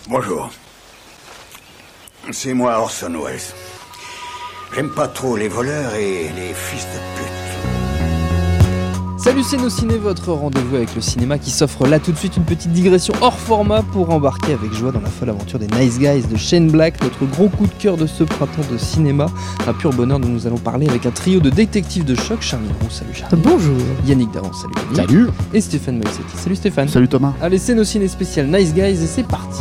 Bonjour. C'est moi Orson Welles. J'aime pas trop les voleurs et les fils de pute. Salut, c'est Nos Ciné, votre rendez-vous avec le cinéma qui s'offre là tout de suite une petite digression hors format pour embarquer avec joie dans la folle aventure des Nice Guys de Shane Black, notre gros coup de cœur de ce printemps de cinéma. Un pur bonheur dont nous allons parler avec un trio de détectives de choc. Charline Roux, salut Charline. Bonjour. Yannick Daran, salut Yannick. Salut. Et Stéphane Moïsetti, salut Stéphane. Salut Thomas. Allez, c'est Nos Ciné spécial Nice Guys et c'est parti.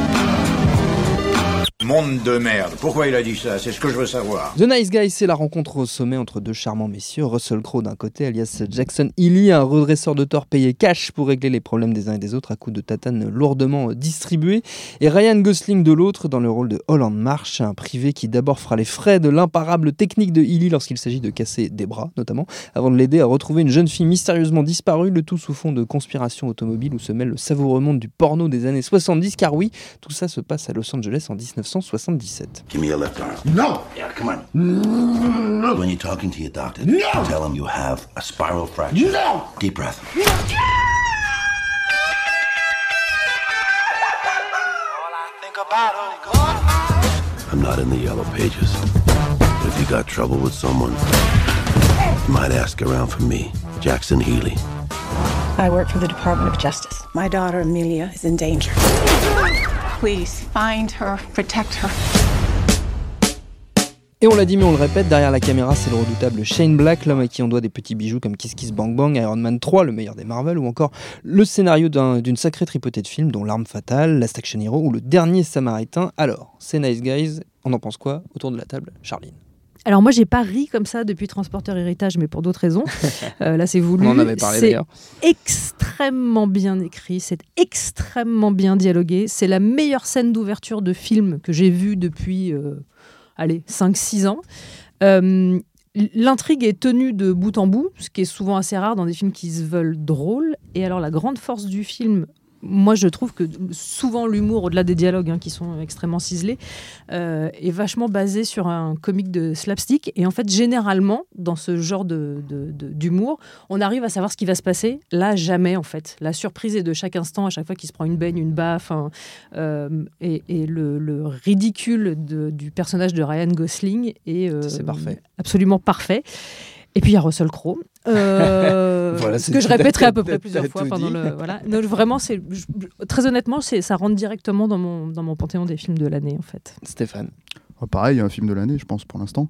Monde de merde. Pourquoi il a dit ça? C'est ce que je veux savoir. The Nice Guys, c'est la rencontre au sommet entre deux charmants messieurs, Russell Crowe d'un côté, alias Jackson Healy, un redresseur de tort payé cash pour régler les problèmes des uns et des autres à coups de tatane lourdement distribués, et Ryan Gosling de l'autre dans le rôle de Holland Marsh, un privé qui d'abord fera les frais de l'imparable technique de Healy lorsqu'il s'agit de casser des bras notamment, avant de l'aider à retrouver une jeune fille mystérieusement disparue, le tout sous fond de conspiration automobile où se mêle le savoureux monde du porno des années 70, car oui, tout ça se passe à Los Angeles en 1977. Give me your left arm. Non. Yeah, come on. No. When you're talking to your doctor, tell him you have a spiral fracture. No. Deep breath. I'm not in the yellow pages. But if you got trouble with someone, you might ask around for me, Jackson Healy. I work for the Department of Justice. My daughter Amelia is in danger. Please find her, protect her. Et on l'a dit mais on le répète, derrière la caméra c'est le redoutable Shane Black, l'homme à qui on doit des petits bijoux comme Kiss Kiss Bang Bang, Iron Man 3, le meilleur des Marvel, ou encore le scénario d'une sacrée tripotée de films dont L'Arme Fatale, Last Action Hero ou Le Dernier Samaritain. Alors, c'est Nice Guys, on en pense quoi autour de la table? Charline. Alors moi j'ai pas ri comme ça depuis Transporteur Héritage, mais pour d'autres raisons. Là c'est voulu. On en avait parlé c'est d'ailleurs. Extrêmement bien écrit, c'est extrêmement bien dialogué. C'est la meilleure scène d'ouverture de film que j'ai vue depuis 5-6 ans. L'intrigue est tenue de bout en bout, ce qui est souvent assez rare dans des films qui se veulent drôles. Et alors la grande force du film, moi je trouve que souvent l'humour, au-delà des dialogues qui sont extrêmement ciselés, est vachement basé sur un comique de slapstick. Et en fait, généralement, dans ce genre d'humour, on arrive à savoir ce qui va se passer. Là, jamais en fait. La surprise est de chaque instant, à chaque fois qu'il se prend une baigne, une baffe. Et le ridicule du personnage de Ryan Gosling est c'est parfait. Absolument parfait. Et puis il y a Russell Crowe, Voilà, ce que je répéterai à peu près plusieurs fois pendant le voilà. Non, vraiment, très honnêtement, ça rentre directement dans mon panthéon des films de l'année en fait. Stéphane. Pareil, un film de l'année, je pense pour l'instant.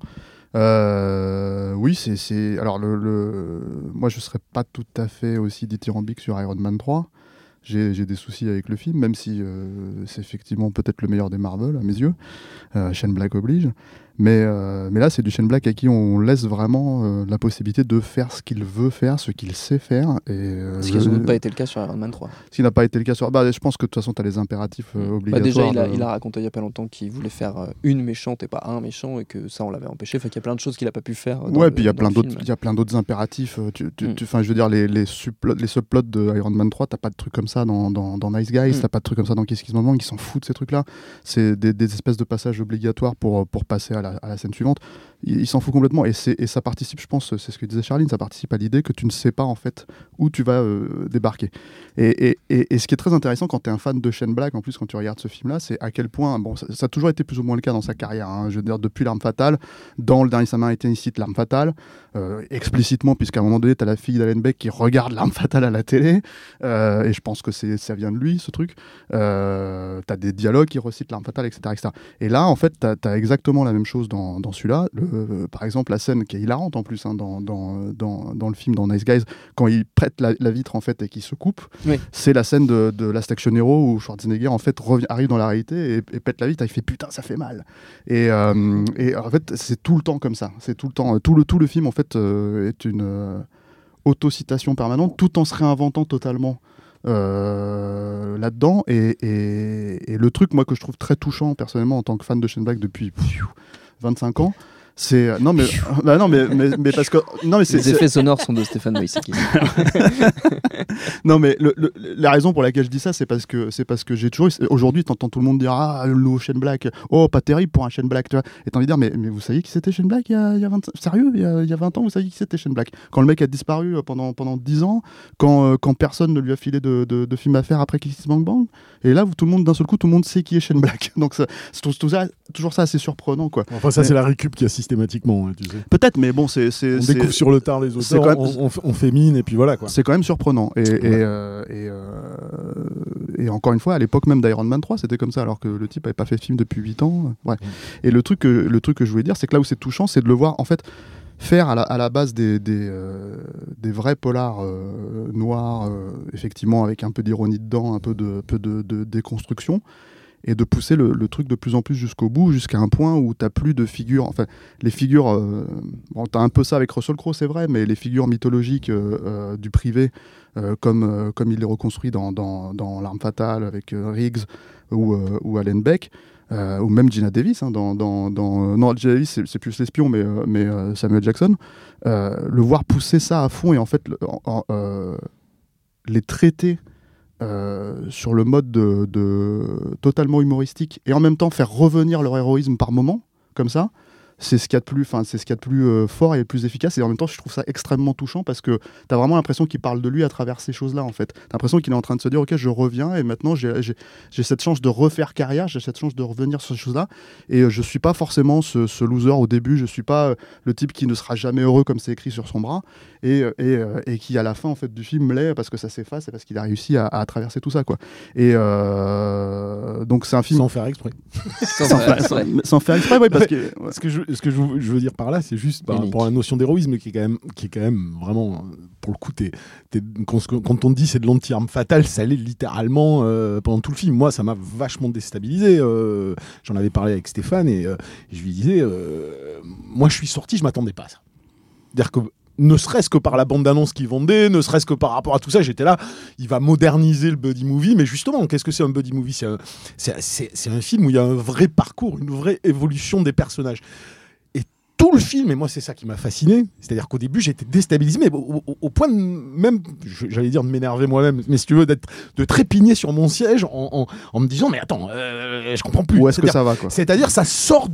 Oui, c'est alors moi je serais pas tout à fait aussi dithyrambique sur Iron Man 3. J'ai des soucis avec le film, même si c'est effectivement peut-être le meilleur des Marvel à mes yeux. Shane Black oblige. Mais là, c'est du Shane Black à qui on laisse vraiment la possibilité de faire ce qu'il veut faire, ce qu'il sait faire. Ce qui n'a sans doute pas été le cas sur Iron Man 3. Ce qui n'a pas été le cas sur... je pense que de toute façon, tu as les impératifs obligatoires. Déjà, il a raconté il n'y a pas longtemps qu'il voulait faire une méchante et pas un méchant, et que ça, on l'avait empêché. Enfin, qu'il y a plein de choses qu'il n'a pas pu faire. Ouais, puis il y a plein d'autres impératifs. Je veux dire, les subplots de Iron Man 3, t'as pas de trucs comme ça dans Nice Guys, t'as pas de trucs comme ça dans Kiss Kiss Bang Bang, ils s'en foutent de ces trucs-là. C'est des espèces de passages obligatoires pour passer à la scène suivante. Il s'en fout complètement, et ça participe, je pense, c'est ce que disait Charline, ça participe à l'idée que tu ne sais pas en fait où tu vas débarquer. Et ce qui est très intéressant quand tu es un fan de Shane Black, en plus quand tu regardes ce film-là, c'est à quel point, ça a toujours été plus ou moins le cas dans sa carrière, je veux dire, depuis L'Arme Fatale, dans Le Dernier Samaritain, il cite L'Arme Fatale, explicitement, puisqu'à un moment donné, tu as la fille d'Alan Beck qui regarde L'Arme Fatale à la télé, et je pense que ça vient de lui, ce truc. Tu as des dialogues qui recitent L'Arme Fatale, etc., etc. Et là, en fait, tu as exactement la même chose dans celui-là. Par exemple, la scène qui est hilarante en plus dans le film, dans Nice Guys, quand il prête la vitre en fait et qu'il se coupe, oui. C'est la scène de Last Action Hero où Schwarzenegger en fait arrive dans la réalité et pète la vitre, il fait putain ça fait mal. Et en fait c'est tout le temps comme ça, c'est tout le temps, tout le film en fait est une autocitation permanente tout en se réinventant totalement. Là-dedans et le truc moi que je trouve très touchant personnellement en tant que fan de Shane Black depuis 25 ans, C'est non mais parce que non mais les effets sonores sont de Stéphane Moïsaki. Non mais la raison pour laquelle je dis ça, c'est parce que j'ai toujours aujourd'hui t'entends tout le monde dire le nouveau Shane Black, oh pas terrible pour un Shane Black, tu vois, et t'as envie de dire mais vous saviez qui c'était Shane Black il y a 20 sérieux il y a 20 ans, vous saviez qui c'était Shane Black, quand le mec a disparu pendant 10 ans, quand personne ne lui a filé de film à faire après Kiss Bang Bang, et là tout le monde d'un seul coup tout le monde sait qui est Shane Black. Donc je trouve toujours ça assez surprenant, quoi. Enfin ça c'est la récup qui a systématiquement, tu sais. Peut-être, mais bon, on découvre sur le tard les auteurs, on fait mine et puis voilà, quoi. C'est quand même surprenant. Et encore une fois, à l'époque même d'Iron Man 3, c'était comme ça, alors que le type avait pas fait de film depuis 8 ans. Ouais. Et le truc que je voulais dire, c'est que là où c'est touchant, c'est de le voir en fait faire à la base des vrais polars noirs, effectivement avec un peu d'ironie dedans, un peu de déconstruction, et de pousser le truc de plus en plus jusqu'au bout, jusqu'à un point où t'as plus de figures, enfin les figures, bon, t'as un peu ça avec Russell Crowe, c'est vrai, mais les figures mythologiques du privé, comme il les reconstruit dans L'Arme Fatale avec Riggs ou Alan Beck, ou même Gina Davis, hein, non, Gina Davis c'est plus l'espion, mais Samuel Jackson, le voir pousser ça à fond et en fait les traiter sur le mode de totalement humoristique et en même temps faire revenir leur héroïsme par moment, comme ça, c'est ce qu'il y a de plus fort et le plus efficace, et en même temps je trouve ça extrêmement touchant parce que t'as vraiment l'impression qu'il parle de lui à travers ces choses-là, en fait. T'as l'impression qu'il est en train de se dire ok, je reviens et maintenant j'ai cette chance de refaire carrière, j'ai cette chance de revenir sur ces choses-là, et je suis pas forcément ce loser au début, je suis pas le type qui ne sera jamais heureux comme c'est écrit sur son bras, et qui à la fin en fait du film l'est parce que ça s'efface et parce qu'il a réussi à traverser tout ça, quoi. Et donc c'est un film sans faire exprès. sans faire exprès, oui, parce que ce que je veux dire par là, c'est juste par rapport à la notion d'héroïsme qui est quand même vraiment, pour le coup, quand on te dit c'est de l'anti-arme fatale, ça l'est littéralement pendant tout le film. Moi, ça m'a vachement déstabilisé. J'en avais parlé avec Stéphane et je lui disais, moi je suis sorti, je m'attendais pas à ça. C'est-à-dire que ne serait-ce que par la bande-annonce qu'il vendait, ne serait-ce que par rapport à tout ça, j'étais là, il va moderniser le buddy movie, mais justement, qu'est-ce que c'est un buddy movie ? C'est un film où il y a un vrai parcours, une vraie évolution des personnages. Et tout le film, et moi c'est ça qui m'a fasciné, c'est-à-dire qu'au début j'étais déstabilisé, mais au point de même, j'allais dire de m'énerver moi-même, mais si tu veux, de trépigner sur mon siège en me disant, mais attends, je comprends plus. Où est-ce que ça va, quoi ? C'est-à-dire, ça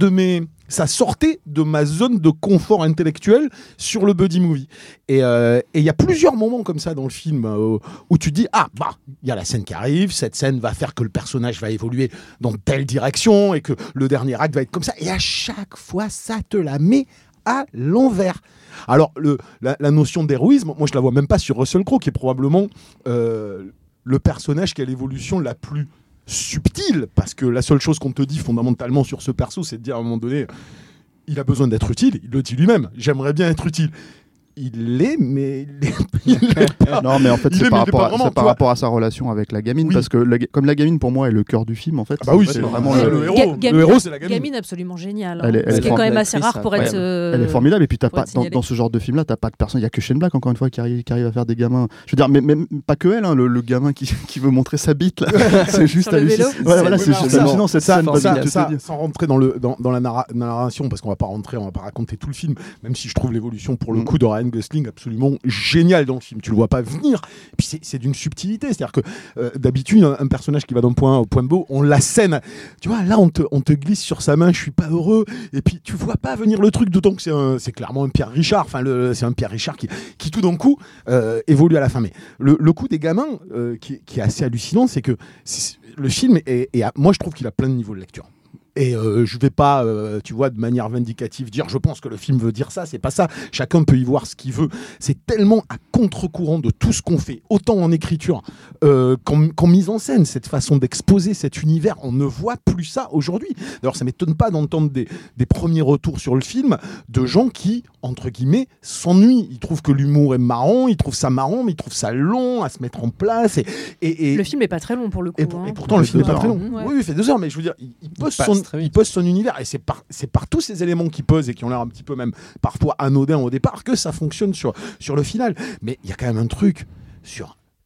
sortait de ma zone de confort intellectuel sur le buddy movie. Et il y a plusieurs moments comme ça dans le film où tu dis, il y a la scène qui arrive, cette scène va faire que le personnage va évoluer dans telle direction et que le dernier acte va être comme ça. Et à chaque fois, ça te la met à l'envers. Alors, la notion d'héroïsme, moi je la vois même pas sur Russell Crowe, qui est probablement le personnage qui a l'évolution la plus subtil, parce que la seule chose qu'on te dit fondamentalement sur ce perso, c'est de dire à un moment donné, il a besoin d'être utile, il le dit lui-même, j'aimerais bien être utile. Il l'est, mais il l'est pas. Non, mais en fait, c'est par rapport à sa relation avec la gamine, oui. Parce que comme la gamine, pour moi, est le cœur du film, en fait. Bah oui, c'est vraiment le héros. Le héros, c'est la gamine. Gamine absolument géniale. Elle est ce qui est quand même assez rare pour être. Elle est formidable. Et puis, t'as pas dans ce genre de film-là, t'as pas de personne. Il y a que Shane Black, encore une fois, qui arrive à faire des gamins. Je veux dire, mais même pas que elle, hein, le gamin qui veut montrer sa bite là. C'est juste hallucinant. Voilà, c'est juste hallucinant cette scène. Sans rentrer dans la narration, parce qu'on va pas raconter tout le film, même si je trouve l'évolution pour le coup de Ryan Gosling absolument génial dans le film, tu le vois pas venir, et puis c'est d'une subtilité, c'est-à-dire que d'habitude un personnage qui va d'un point A au point B, on l'assène, tu vois, là on te glisse sur sa main, je suis pas heureux, et puis tu vois pas venir le truc, d'autant que c'est clairement un Pierre Richard, c'est un Pierre Richard qui tout d'un coup évolue à la fin. Mais le coup des gamins qui est assez hallucinant, c'est que le film moi je trouve qu'il a plein de niveaux de lecture. Et je vais pas, tu vois, de manière vindicative dire je pense que le film veut dire ça, c'est pas ça. Chacun peut y voir ce qu'il veut. C'est tellement à contre-courant de tout ce qu'on fait, autant en écriture qu'en mise en scène, cette façon d'exposer cet univers. On ne voit plus ça aujourd'hui. D'ailleurs, ça m'étonne pas d'entendre des premiers retours sur le film de gens qui, entre guillemets, s'ennuient. Ils trouvent que l'humour est marrant, ils trouvent ça marrant, mais ils trouvent ça long à se mettre en place. Et le film est pas très long pour le coup. Et pourtant, le film est pas très long. Ouais. Oui, il fait 2 heures, mais je veux dire, il pose son univers, et c'est par tous ces éléments qu'il pose et qui ont l'air un petit peu même parfois anodins au départ que ça fonctionne sur le final. Mais il y a quand même un truc sur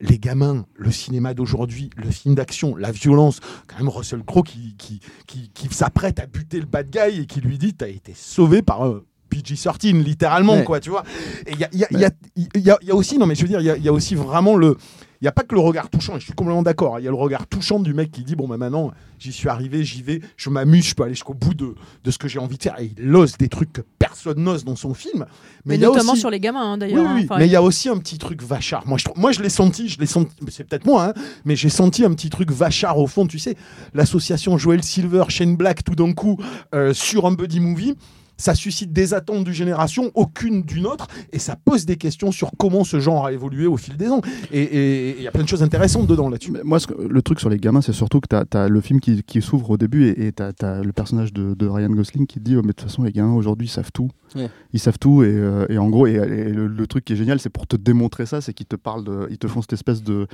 les gamins, le cinéma d'aujourd'hui, le film d'action, la violence, quand même Russell Crowe qui s'apprête à buter le bad guy et qui lui dit t'as été sauvé par PG-13 littéralement, quoi, tu vois. Et il y a aussi, non mais je veux dire, il y a aussi vraiment il n'y a pas que le regard touchant, et je suis complètement d'accord, il y a le regard touchant du mec qui dit bon, bah maintenant, j'y suis arrivé, j'y vais, je m'amuse, je peux aller jusqu'au bout de ce que j'ai envie de faire. Et il ose des trucs que personne n'ose dans son film. Mais il y a notamment aussi... sur les gamins, d'ailleurs. Oui, mais il y a aussi un petit truc vachard. Moi, je l'ai senti, c'est peut-être moi, mais j'ai senti un petit truc vachard au fond, tu sais, l'association Joel Silver, Shane Black, tout d'un coup, sur un buddy movie. Ça suscite des attentes d'une génération, aucune d'une autre, et ça pose des questions sur comment ce genre a évolué au fil des ans. Et il y a plein de choses intéressantes dedans là-dessus. Mais moi, le truc sur les gamins, c'est surtout que t'as le film qui s'ouvre au début et t'as le personnage de Ryan Gosling qui dit mais de toute façon les gamins aujourd'hui ils savent tout. Ouais. Ils savent tout et en gros le truc qui est génial, c'est pour te démontrer ça, c'est qu'ils te parlent ils te font cette espèce de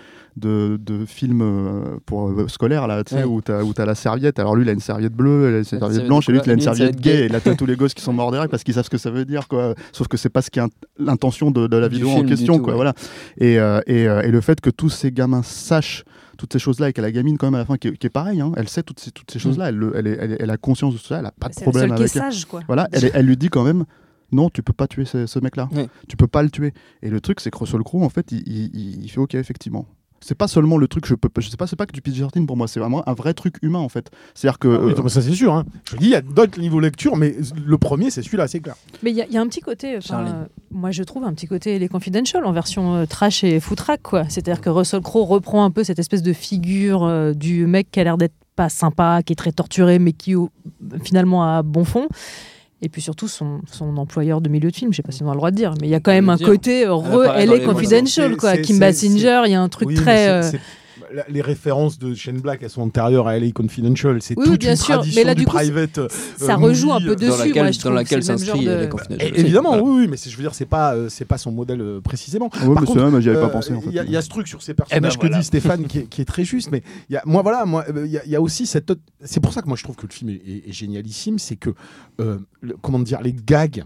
film pour scolaire là, tu sais, où t'as la serviette. Alors lui il a une serviette bleue, elle a une serviette blanche, et lui il a une serviette gay, et là t'as tous les gosses qui sont morts derrière parce qu'ils savent ce que ça veut dire, quoi. Sauf que c'est pas ce qui est l'intention de la vidéo en question, quoi. Voilà. Et le fait que tous ces gamins sachent toutes ces choses-là, et qu'elle a la gamine quand même à la fin qui est pareil, hein, elle sait toutes ces choses-là, elle a conscience de tout ça, elle a pas de problème avec elle. Sage, quoi. Voilà, elle lui dit quand même non, tu peux pas tuer ce mec-là, tu peux pas le tuer. Et le truc, c'est que Russell Crowe, en fait, il fait ok, effectivement. C'est pas seulement le truc, c'est pas que du PG-13 pour moi, c'est vraiment un vrai truc humain en fait. C'est-à-dire que. Oui, ça c'est sûr. Hein. Je dis, il y a d'autres niveaux lecture, mais le premier, c'est celui-là, c'est clair. Mais il y a un petit côté, moi je trouve un petit côté Les Confidential en version trash et foutraque, quoi. C'est-à-dire que Russell Crowe reprend un peu cette espèce de figure du mec qui a l'air d'être pas sympa, qui est très torturé, mais qui finalement a bon fond. Et puis surtout son employeur de milieu de film, je sais pas si on a le droit de dire, mais il y a quand même un côté LA Confidential, quoi. Kim Basinger, il y a un truc très... Les références de Shane Black, elles sont antérieures à LA Confidential. C'est toute une tradition mais là, du private. Ça rejoue un peu dessus. Dans laquelle s'inscrit LA Confidential. Évidemment, oui, mais je veux dire, c'est pas son modèle précisément. Ouais, par contre, j'y avais pas pensé. Il y a ce truc sur ces personnages que dit Stéphane qui est très juste, mais il y a aussi cette. C'est pour ça que moi je trouve que le film est génialissime, c'est que comment dire, les gags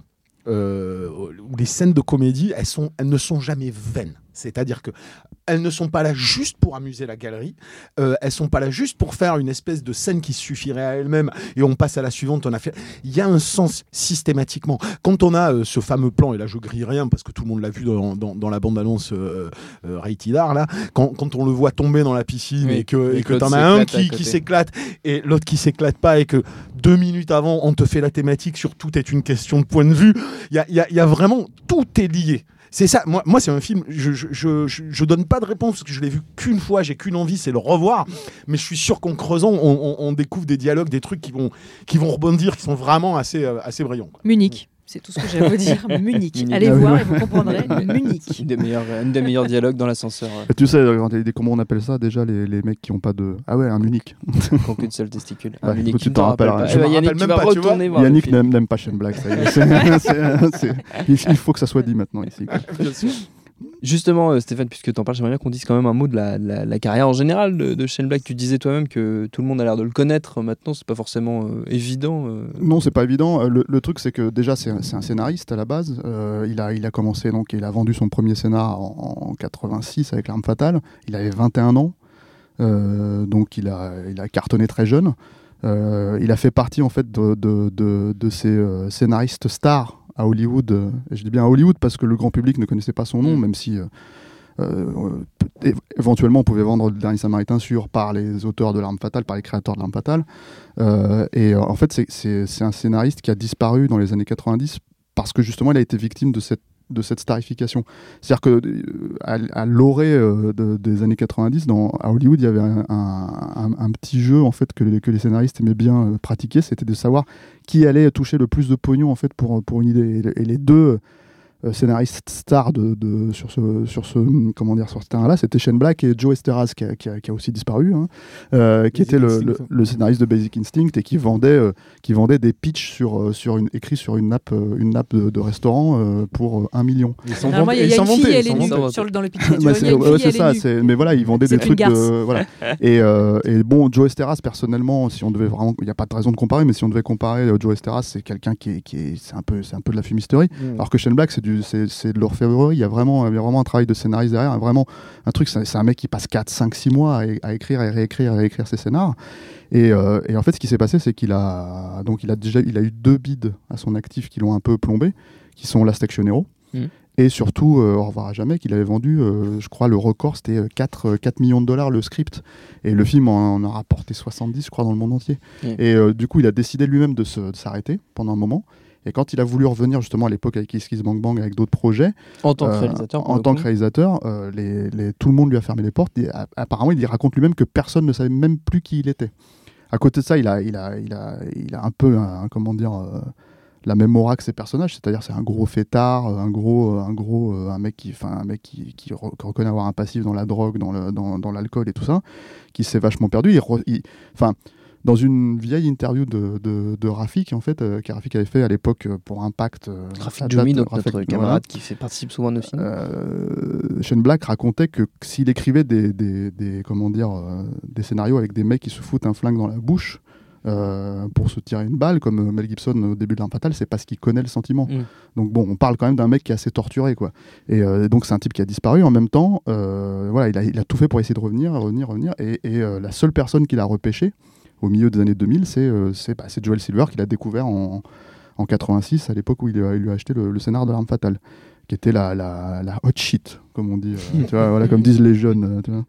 ou les scènes de comédie, elles ne sont jamais vaines. C'est-à-dire que elles ne sont pas là juste pour amuser la galerie, elles sont pas là juste pour faire une espèce de scène qui suffirait à elle-même et on passe à la suivante. Il y a un sens systématiquement. Quand on a ce fameux plan, et là je grille rien parce que tout le monde l'a vu dans la bande-annonce Rated R, là, quand on le voit tomber dans la piscine et que t'en as un qui s'éclate et l'autre qui s'éclate pas, et que 2 minutes avant on te fait la thématique sur tout est une question de point de vue, il y a vraiment, tout est lié. C'est ça, moi c'est un film, je donne pas de réponse parce que je l'ai vu qu'une fois, j'ai qu'une envie, c'est le revoir, mais je suis sûr qu'en creusant, on découvre des dialogues, des trucs qui vont rebondir, qui sont vraiment assez brillants, quoi. Munich. C'est tout ce que j'ai à vous dire. Munich. Allez voir et vous comprendrez. Munich. Une des meilleurs dialogues dans l'ascenseur. Tu sais, comment on appelle ça déjà, les mecs qui n'ont pas de... Ah ouais, un Munich. Qui n'ont qu'une seule testicule. Un Munich. Tu t'en rappelles pas. Yannick, tu vas retourner voir. Yannick n'aime pas Shane Black. Il faut que ça soit dit maintenant ici. Bien sûr. Justement, Stéphane, puisque tu en parles, j'aimerais bien qu'on dise quand même un mot de la carrière en général de Shane Black. Tu disais toi-même que tout le monde a l'air de le connaître maintenant, c'est pas forcément évident. Non, c'est pas évident. Le truc, c'est que déjà, c'est un scénariste à la base. Il a commencé, donc il a vendu son premier scénar en 86 avec L'Arme Fatale. Il avait 21 ans, donc il a cartonné très jeune. Il a fait partie en fait de ces scénaristes stars à Hollywood, je dis bien à Hollywood parce que le grand public ne connaissait pas son nom, même si éventuellement on pouvait vendre Le Dernier Samaritain par les auteurs de L'Arme Fatale, par les créateurs de L'Arme Fatale. Et en fait, c'est un scénariste qui a disparu dans les années 90 parce que justement il a été victime de cette starification. C'est-à-dire qu'à l'orée des années 90, à Hollywood, il y avait un petit jeu en fait, que les scénaristes aimaient bien pratiquer, c'était de savoir qui allait toucher le plus de pognon en fait, pour une idée. Et les deux scénaristes stars sur ce terrain-là, c'était Shane Black et Joe Esteras, qui a aussi disparu, qui était le scénariste de Basic Instinct et qui vendait des pitchs écrits sur une nappe de restaurant pour 1 million. Il y a une fille, elle est nue dans le pitch. C'est ça, mais voilà, ils vendaient des trucs voilà. Et bon, Joe Esteras, personnellement, si on devait vraiment, il n'y a pas de raison de comparer, mais si on devait comparer, Joe Esteras, c'est quelqu'un c'est un peu de la fumisterie, alors que Shane Black, c'est c'est de l'orfèvrerie. Il y a vraiment un travail de scénariste derrière. Vraiment, un truc, c'est un mec qui passe 4, 5, 6 mois à écrire et réécrire ses scénars. Et en fait, ce qui s'est passé, c'est qu'il a eu 2 bids à son actif qui l'ont un peu plombé, qui sont Last Action Hero. Et surtout, Au revoir à jamais, qu'il avait vendu, je crois, le record, c'était 4 millions de dollars le script. Et le film en a rapporté 70, je crois, dans le monde entier. Et du coup, il a décidé lui-même de s'arrêter pendant un moment. Et quand il a voulu revenir justement à l'époque avec Kiss Kiss Bang Bang, avec d'autres projets, en tant que réalisateur, tout le monde lui a fermé les portes. Et apparemment, il raconte lui-même que personne ne savait même plus qui il était. À côté de ça, il a un peu, comment dire, la même aura que ses personnages, c'est-à-dire c'est un gros fêtard, un mec qui reconnaît avoir un passif dans la drogue, dans l'alcool et tout ça, qui s'est vachement perdu. Dans une vieille interview de Rafik, en fait, que Rafik avait fait à l'époque pour Impact. Rafik Djoumi, notre camarade qui participe souvent à nos films. Shane Black racontait que s'il écrivait des scénarios avec des mecs qui se foutent un flingue dans la bouche pour se tirer une balle, comme Mel Gibson au début de L'Arme Fatale, c'est parce qu'il connaît le sentiment. Donc bon, on parle quand même d'un mec qui est assez torturé, quoi. Et donc c'est un type qui a disparu. En même temps, il a tout fait pour essayer de revenir. Et la seule personne qu'il a repêché au milieu des années 2000, c'est Joel Silver, qu'il a découvert en 86, à l'époque où il lui a acheté le scénar de L'Arme Fatale, qui était la hot shit, comme on dit, tu vois, voilà, comme disent les jeunes, tu vois,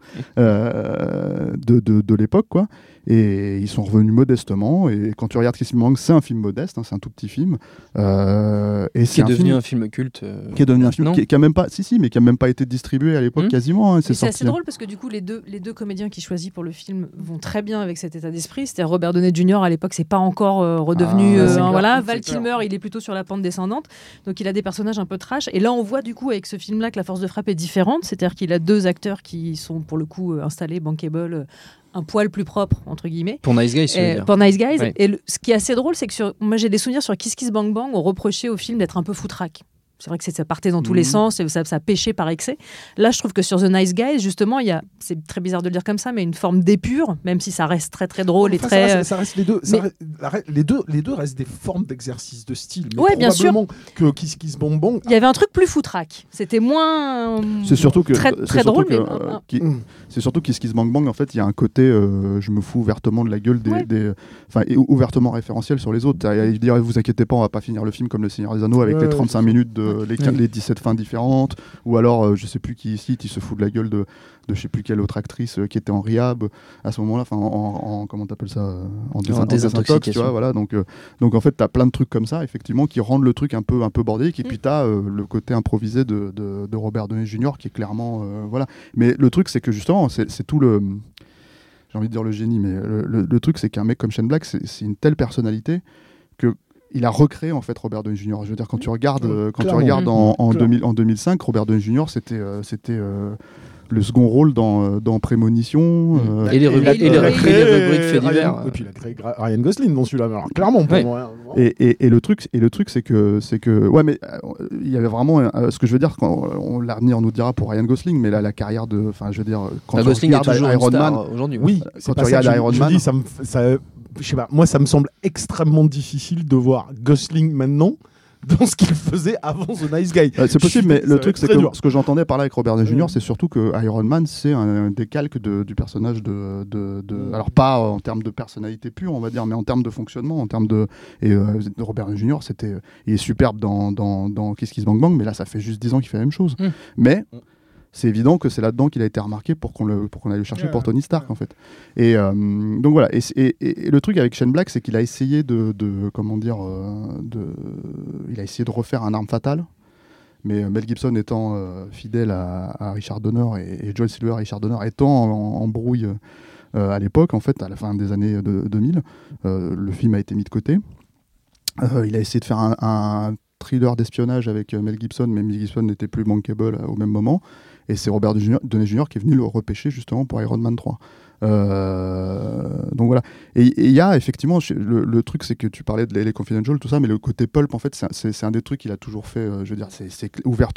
de l'époque, quoi. Et ils sont revenus modestement. Et quand tu regardes Kiss Kiss Bang Bang, c'est un film modeste, c'est un tout petit film. Qui est devenu un film culte. Qui est devenu un film qui a même pas, mais qui a même pas été distribué à l'époque quasiment. C'est assez drôle parce que du coup, les deux comédiens qui choisit pour le film vont très bien avec cet état d'esprit. C'était Robert Downey Jr. à l'époque, c'est pas encore redevenu. Val Kilmer, il est plutôt sur la pente descendante. Donc il a des personnages un peu trash. Et là, on voit du coup avec ce film-là que la force de frappe est différente. C'est-à-dire qu'il a 2 acteurs qui sont pour le coup installés, bankable, un poil plus propre, entre guillemets. Pour Nice Guys, Pour Nice Guys. Ouais. Et ce qui est assez drôle, c'est que moi j'ai des souvenirs sur Kiss Kiss Bang Bang, on reprochait au film d'être un peu foutraque. C'est vrai que ça partait dans tous les sens et ça pêchait par excès. Là, je trouve que sur The Nice Guys, justement, il y a, c'est très bizarre de le dire comme ça, mais une forme d'épure, même si ça reste très très drôle et très. Ça reste les deux restent des formes d'exercice de style. Mais ouais, bien sûr. Que Kiss Kiss Bang Bang. Il y avait un truc plus foutraque. C'était moins. C'est surtout que très drôle, mais. C'est surtout Kiss Kiss Bang Bang. En fait, il y a un côté, je me fous ouvertement de la gueule et ouvertement référentiel sur les autres. Il dit, vous inquiétez pas, on va pas finir le film comme Le Seigneur des Anneaux avec les 35 minutes les 17 fins différentes, ou alors je sais plus qui ici, il se fout de la gueule de je sais plus quelle autre actrice qui était en rehab à ce moment-là, enfin en comment t'appelles ça, en désintoxication, tu vois, voilà. Donc en fait t'as plein de trucs comme ça effectivement qui rendent le truc un peu bordélique, et puis t'as le côté improvisé de Robert Downey Jr. qui est clairement voilà. Mais le truc c'est que justement c'est tout le, j'ai envie de dire le génie, mais le truc c'est qu'un mec comme Shane Black, c'est une telle personnalité que il a recréé en fait Robert Downey Jr. Je veux dire, quand tu regardes en 2005, Robert Downey Jr. c'était le second rôle dans Prémonition. Et les rubriques faits divers. Et puis il a créé Ryan Gosling dans celui-là, alors, clairement pour moi. Et le truc c'est que ouais, mais il y avait vraiment ce que je veux dire, quand l'avenir nous dira pour Ryan Gosling, mais là la carrière de, enfin je veux dire, quand tu regardes Iron Man aujourd'hui, oui, quand tu regardes Iron Man, je dis je sais pas, moi ça me semble extrêmement difficile de voir Gosling maintenant dans ce qu'il faisait avant The Nice Guy. C'est possible, mais le truc c'est que ce que j'entendais par là avec Robert Downey Jr., c'est surtout que Iron Man c'est un décalque du personnage de alors pas en termes de personnalité pure on va dire, mais en termes de fonctionnement, en termes de Robert Downey Jr. il est superbe dans Kiss Kiss Bang Bang, mais là ça fait juste 10 ans qu'il fait la même chose. Mais c'est évident que c'est là-dedans qu'il a été remarqué pour qu'on aille le chercher pour Tony Stark en fait. Et donc voilà. Et le truc avec Shane Black, c'est qu'il a essayé il a essayé de refaire un Arme Fatale, mais Mel Gibson étant fidèle à Richard Donner et Joel Silver, Richard Donner étant en brouille à l'époque, en fait, à la fin des années 2000, le film a été mis de côté. Il a essayé de faire un thriller d'espionnage avec Mel Gibson, mais Mel Gibson n'était plus bankable au même moment. Et c'est Robert Downey Jr. qui est venu le repêcher justement pour Iron Man 3. Donc voilà. Et il y a effectivement, le truc c'est que tu parlais de LA Confidential, tout ça, mais le côté pulp, en fait, c'est un des trucs qu'il a toujours fait, je veux dire, c'est ouvertement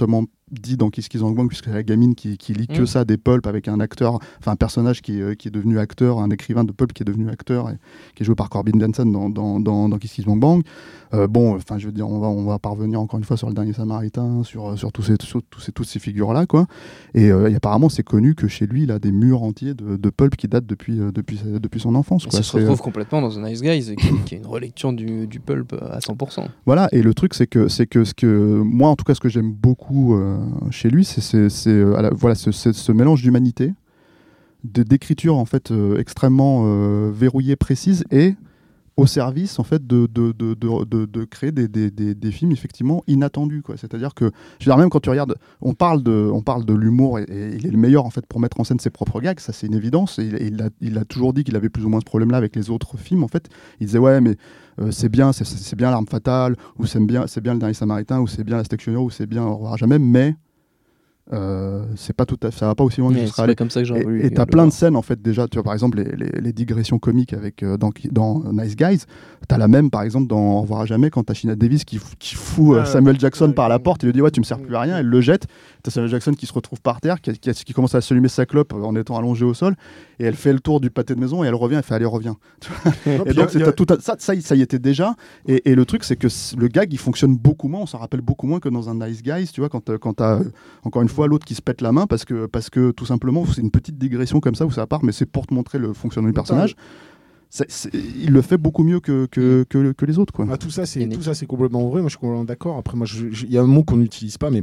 dit dans Kiss Kiss Bang Bang, puisque c'est la gamine qui lit que ça, des pulps, avec un acteur, enfin un personnage qui est devenu acteur, un écrivain de pulp qui est devenu acteur, et qui est joué par Corbin Bernsen dans Kiss Kiss Bang Bang. Je veux dire, on va parvenir encore une fois sur Le Dernier Samaritain, sur toutes ces figures-là, quoi. Et apparemment, c'est connu que chez lui, il a des murs entiers de pulp qui datent depuis son enfance, quoi. Ça se retrouve complètement dans The Nice Guys, qui est une relecture du pulp à 100%. Voilà, et le truc, c'est que moi, en tout cas, ce que j'aime beaucoup chez lui, c'est ce mélange d'humanité, d'écriture en fait extrêmement verrouillée, précise, et au service en fait de créer des films effectivement inattendus, quoi. C'est-à-dire que, je veux dire, même quand tu regardes, on parle de l'humour, et il est le meilleur en fait pour mettre en scène ses propres gags, ça c'est une évidence, et il a toujours dit qu'il avait plus ou moins ce problème-là avec les autres films. En fait, il disait ouais, mais c'est bien L'Arme Fatale, ou c'est bien Le Dernier Samaritain, ou c'est bien La Section, ou c'est bien Au revoir à jamais, mais c'est pas tout à fait, ça va pas aussi loin que ce sera allé. Comme ça que j'aurais voulu. Et t'as plein de scènes en fait déjà, tu vois, par exemple les digressions comiques avec dans Nice Guys, t'as la même par exemple dans Au revoir à jamais, quand t'as Sheena Davis qui fout Samuel Jackson par la porte, il lui dit ouais, tu me sers plus à rien, elle le jette, t'as Samuel Jackson qui se retrouve par terre, qui commence à s'allumer sa clope en étant allongé au sol, et elle fait le tour du pâté de maison et elle revient, elle fait allez reviens. Et donc ça y était déjà, et le truc c'est que le gag il fonctionne beaucoup moins, on s'en rappelle beaucoup moins que dans un Nice Guys, tu vois, quand t'as encore une fois l'autre qui se pète la main parce que tout simplement c'est une petite digression comme ça où ça part, mais c'est pour te montrer le fonctionnement du personnage. Il le fait beaucoup mieux que les autres, quoi. Ah, tout ça c'est complètement vrai, moi je suis complètement d'accord. Après moi il y a un mot qu'on n'utilise pas, mais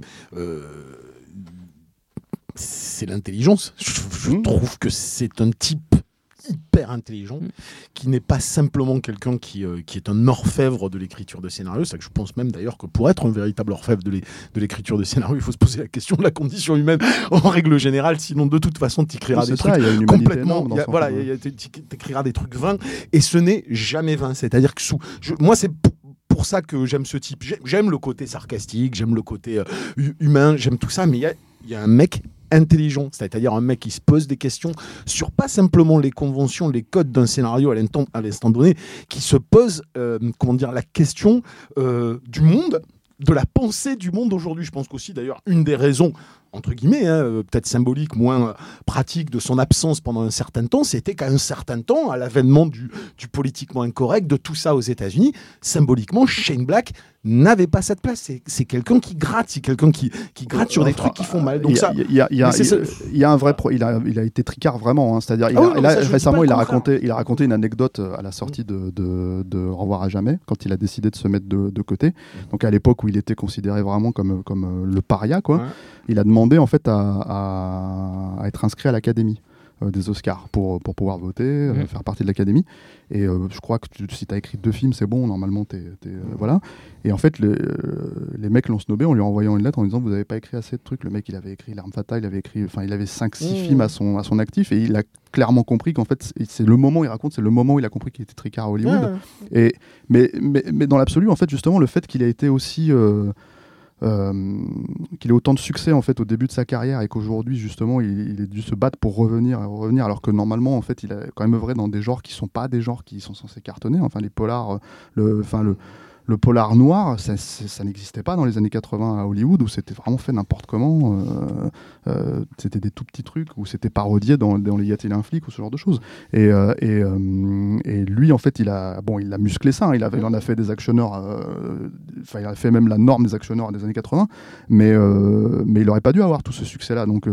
c'est l'intelligence. Je trouve que c'est un type hyper intelligent, qui n'est pas simplement quelqu'un qui est un orfèvre de l'écriture de scénario. C'est ça que je pense même d'ailleurs que pour être un véritable orfèvre de l'écriture de scénario, il faut se poser la question de la condition humaine en règle générale, sinon de toute façon tu écriras des trucs complètement, t'écriras des trucs vains, et ce n'est jamais vain. C'est-à-dire que moi c'est pour ça que j'aime ce type. J'aime le côté sarcastique, j'aime le côté humain, j'aime tout ça, mais il y a un mec intelligent, c'est-à-dire un mec qui se pose des questions sur pas simplement les conventions, les codes d'un scénario à l'instant donné, qui se pose la question du monde, de la pensée du monde aujourd'hui. Je pense qu'aussi d'ailleurs une des raisons entre guillemets, peut-être symbolique, moins pratique de son absence pendant un certain temps, c'était qu'à un certain temps, à l'avènement du politiquement incorrect, de tout ça aux États-Unis, symboliquement, Shane Black n'avait pas cette place. C'est quelqu'un qui gratte, c'est quelqu'un qui gratte sur des trucs qui font mal. Donc il y a un vrai il a été tricard vraiment, hein. C'est-à-dire récemment il a raconté une anecdote à la sortie de Au revoir à jamais, quand il a décidé de se mettre de côté. Donc à l'époque où il était considéré vraiment comme le paria, quoi. Ouais. Il a demandé en fait à être inscrit à l'Académie des Oscars pour pouvoir voter, faire partie de l'Académie. Et je crois que si tu as écrit 2 films, c'est bon, normalement voilà. Et en fait les mecs l'ont snobé en lui envoyant une lettre en disant vous n'avez pas écrit assez de trucs. Le mec il avait écrit L'Arme Fatale, il avait 5-6 films à son actif, et il a clairement compris qu'en fait c'est le moment où il a compris qu'il était tricard à Hollywood. Ouais. Mais dans l'absolu, en fait, justement, le fait qu'il ait été aussi qu'il ait autant de succès en fait au début de sa carrière, et qu'aujourd'hui justement il ait dû se battre pour revenir, alors que normalement en fait il a quand même œuvré dans des genres qui sont pas des genres qui sont censés cartonner, enfin les polars, le polar noir, ça n'existait pas dans les années 80 à Hollywood, où c'était vraiment fait n'importe comment. C'était des tout petits trucs, où c'était parodié dans Les Y a-t-il un flic, ou ce genre de choses. Et lui, en fait, il a musclé ça. Hein. Il en a fait des actionneurs. Il a fait même la norme des actionneurs des années 80. Mais il n'aurait pas dû avoir tout ce succès-là. Donc,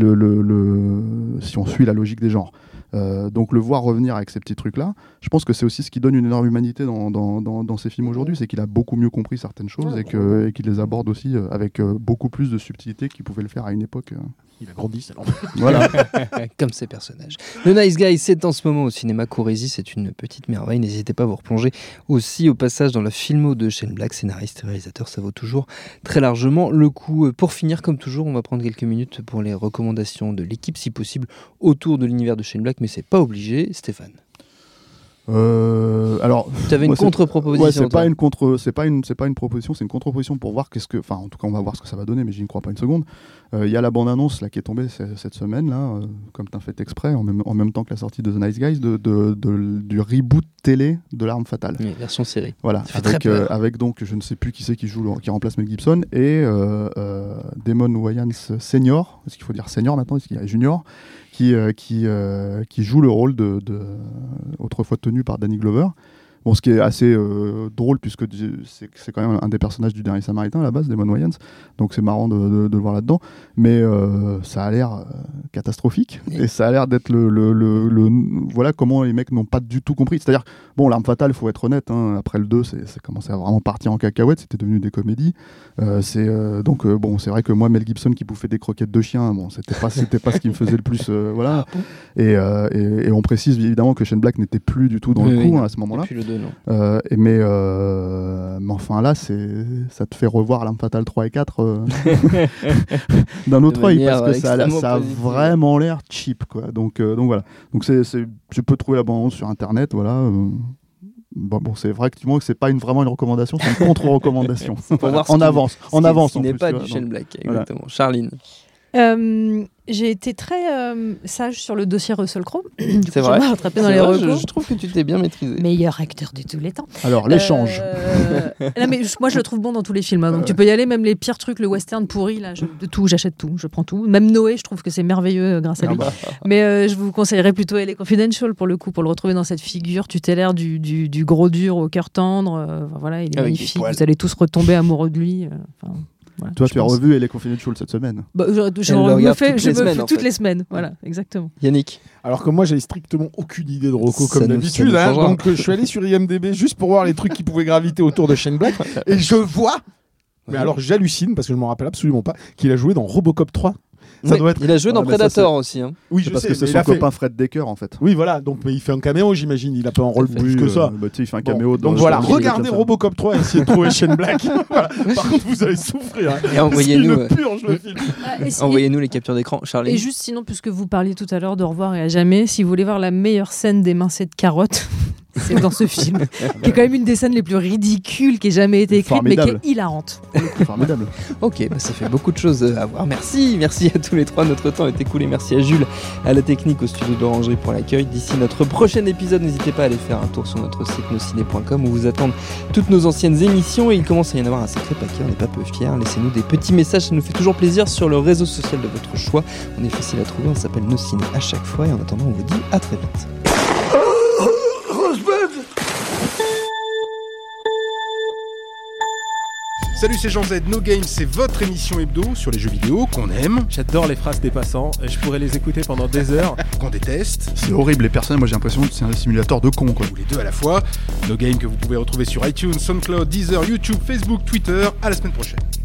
si on suit la logique des genres. Donc le voir revenir avec ces petits trucs-là, je pense que c'est aussi ce qui donne une énorme humanité dans ces films aujourd'hui, c'est qu'il a beaucoup mieux compris certaines choses, et qu'il les aborde aussi avec beaucoup plus de subtilité qu'il pouvait le faire à une époque. Il a grandi, c'est voilà. Comme ces personnages. Le Nice Guy, c'est en ce moment au cinéma Corésie, c'est une petite merveille. N'hésitez pas à vous replonger aussi au passage dans la filmo de Shane Black, scénariste et réalisateur, ça vaut toujours très largement le coup. Pour finir, comme toujours, on va prendre quelques minutes pour les recommandations de l'équipe, si possible autour de l'univers de Shane Black, mais c'est pas obligé. Stéphane. Alors, tu avais une contre-proposition. Ouais, c'est pas une proposition, c'est une contre-proposition pour voir en tout cas, on va voir ce que ça va donner, mais j'y crois pas une seconde. Il y a la bande-annonce là qui est tombée cette semaine là, comme t'as fait exprès, en même temps que la sortie de The Nice Guys, du reboot télé de L'Arme Fatale. Oui, version série. Voilà, avec donc je ne sais plus qui c'est qui remplace Mel Gibson et Damon Wayans Senior, est-ce qu'il faut dire senior maintenant, est-ce qu'il y a junior, qui joue le rôle de autrefois tenu par Danny Glover. Bon, ce qui est assez drôle, puisque c'est quand même un des personnages du Dernier Samaritain à la base, Damon Wayans, donc c'est marrant de le voir là-dedans, mais ça a l'air catastrophique, et ça a l'air d'être voilà comment les mecs n'ont pas du tout compris. C'est-à-dire, bon, L'Arme Fatale, il faut être honnête, hein, après le 2, c'est commencé à vraiment partir en cacahuète, c'était devenu des comédies. Bon, c'est vrai que moi, Mel Gibson qui bouffait des croquettes de chien, bon, c'était pas ce qui me faisait le plus, voilà. Et on précise évidemment que Shane Black n'était plus du tout dans le coup à ce moment-là. Mais enfin là, ça te fait revoir L'Arme Fatale 3 et 4 d'un autre œil, parce que ça a vraiment l'air cheap, quoi. Donc voilà. Donc je peux trouver la bande sur internet, voilà. Bon, c'est vrai que c'est pas vraiment une recommandation, c'est une contre-recommandation. En avance. Ce n'est pas du Shane Black, exactement. Voilà. Charline. J'ai été très sage sur le dossier Russell Crowe. C'est vrai. Rattrapé dans les recos. Je trouve que tu t'es bien maîtrisé. Meilleur acteur de tous les temps. Alors, l'échange. Non, mais moi, je le trouve bon dans tous les films. Hein, donc, tu peux y aller, même les pires trucs, le western pourri, là, j'achète tout, je prends tout. Même Noé, je trouve que c'est merveilleux grâce à lui. Mais je vous conseillerais plutôt LA Confidential pour le coup, pour le retrouver dans cette figure tutélaire du gros dur au cœur tendre. Voilà, il est magnifique. Vous allez tous retomber amoureux de lui. Voilà, toi, tu as revu LA Confidential cette semaine. Je me fais toutes les semaines. Voilà, exactement. Yannick. Alors que moi, j'avais strictement aucune idée de Rocco comme d'habitude. Donc, je suis allé sur IMDb juste pour voir les trucs qui pouvaient graviter autour de Shane Black. Et je vois, mais alors j'hallucine parce que je ne me rappelle absolument pas qu'il a joué dans Robocop 3. Il a joué dans Predator aussi. Hein. Oui, parce que c'est son copain Fred Decker en fait. Oui, voilà. Donc, mais il fait un caméo, j'imagine. Il a pas un rôle plus que ça. Il fait un caméo. Donc voilà, regardez Robocop 3 et essayez de trouver Shane Black. Voilà. Par contre, vous allez souffrir. Et envoyez-nous. Envoyez-nous les captures d'écran, Charlie. Et juste sinon, puisque vous parliez tout à l'heure de Au revoir et à jamais, si vous voulez voir la meilleure scène d'émincé de carottes. C'est dans ce film, qui est quand même une des scènes les plus ridicules qui ait jamais été écrite, mais qui est hilarante. Formidable. Ok, ça fait beaucoup de choses à voir. Merci à tous les trois. Notre temps est écoulé. Merci à Jules, à la technique, au studio d'Orangerie pour l'accueil. D'ici notre prochain épisode, n'hésitez pas à aller faire un tour sur notre site nosciné.com où vous attendent toutes nos anciennes émissions. Et il commence à y en avoir un sacré paquet. On n'est pas peu fiers. Laissez-nous des petits messages, ça nous fait toujours plaisir sur le réseau social de votre choix. On est facile à trouver. On s'appelle Nos Ciné à chaque fois. Et en attendant, on vous dit à très vite. Salut, c'est Jean Z, No Game, c'est votre émission hebdo sur les jeux vidéo qu'on aime. J'adore les phrases des passants, je pourrais les écouter pendant des heures. Qu'on déteste. C'est horrible, les personnes, moi j'ai l'impression que c'est un simulateur de con, quoi. Ou les deux à la fois. No Game que vous pouvez retrouver sur iTunes, SoundCloud, Deezer, YouTube, Facebook, Twitter. À la semaine prochaine.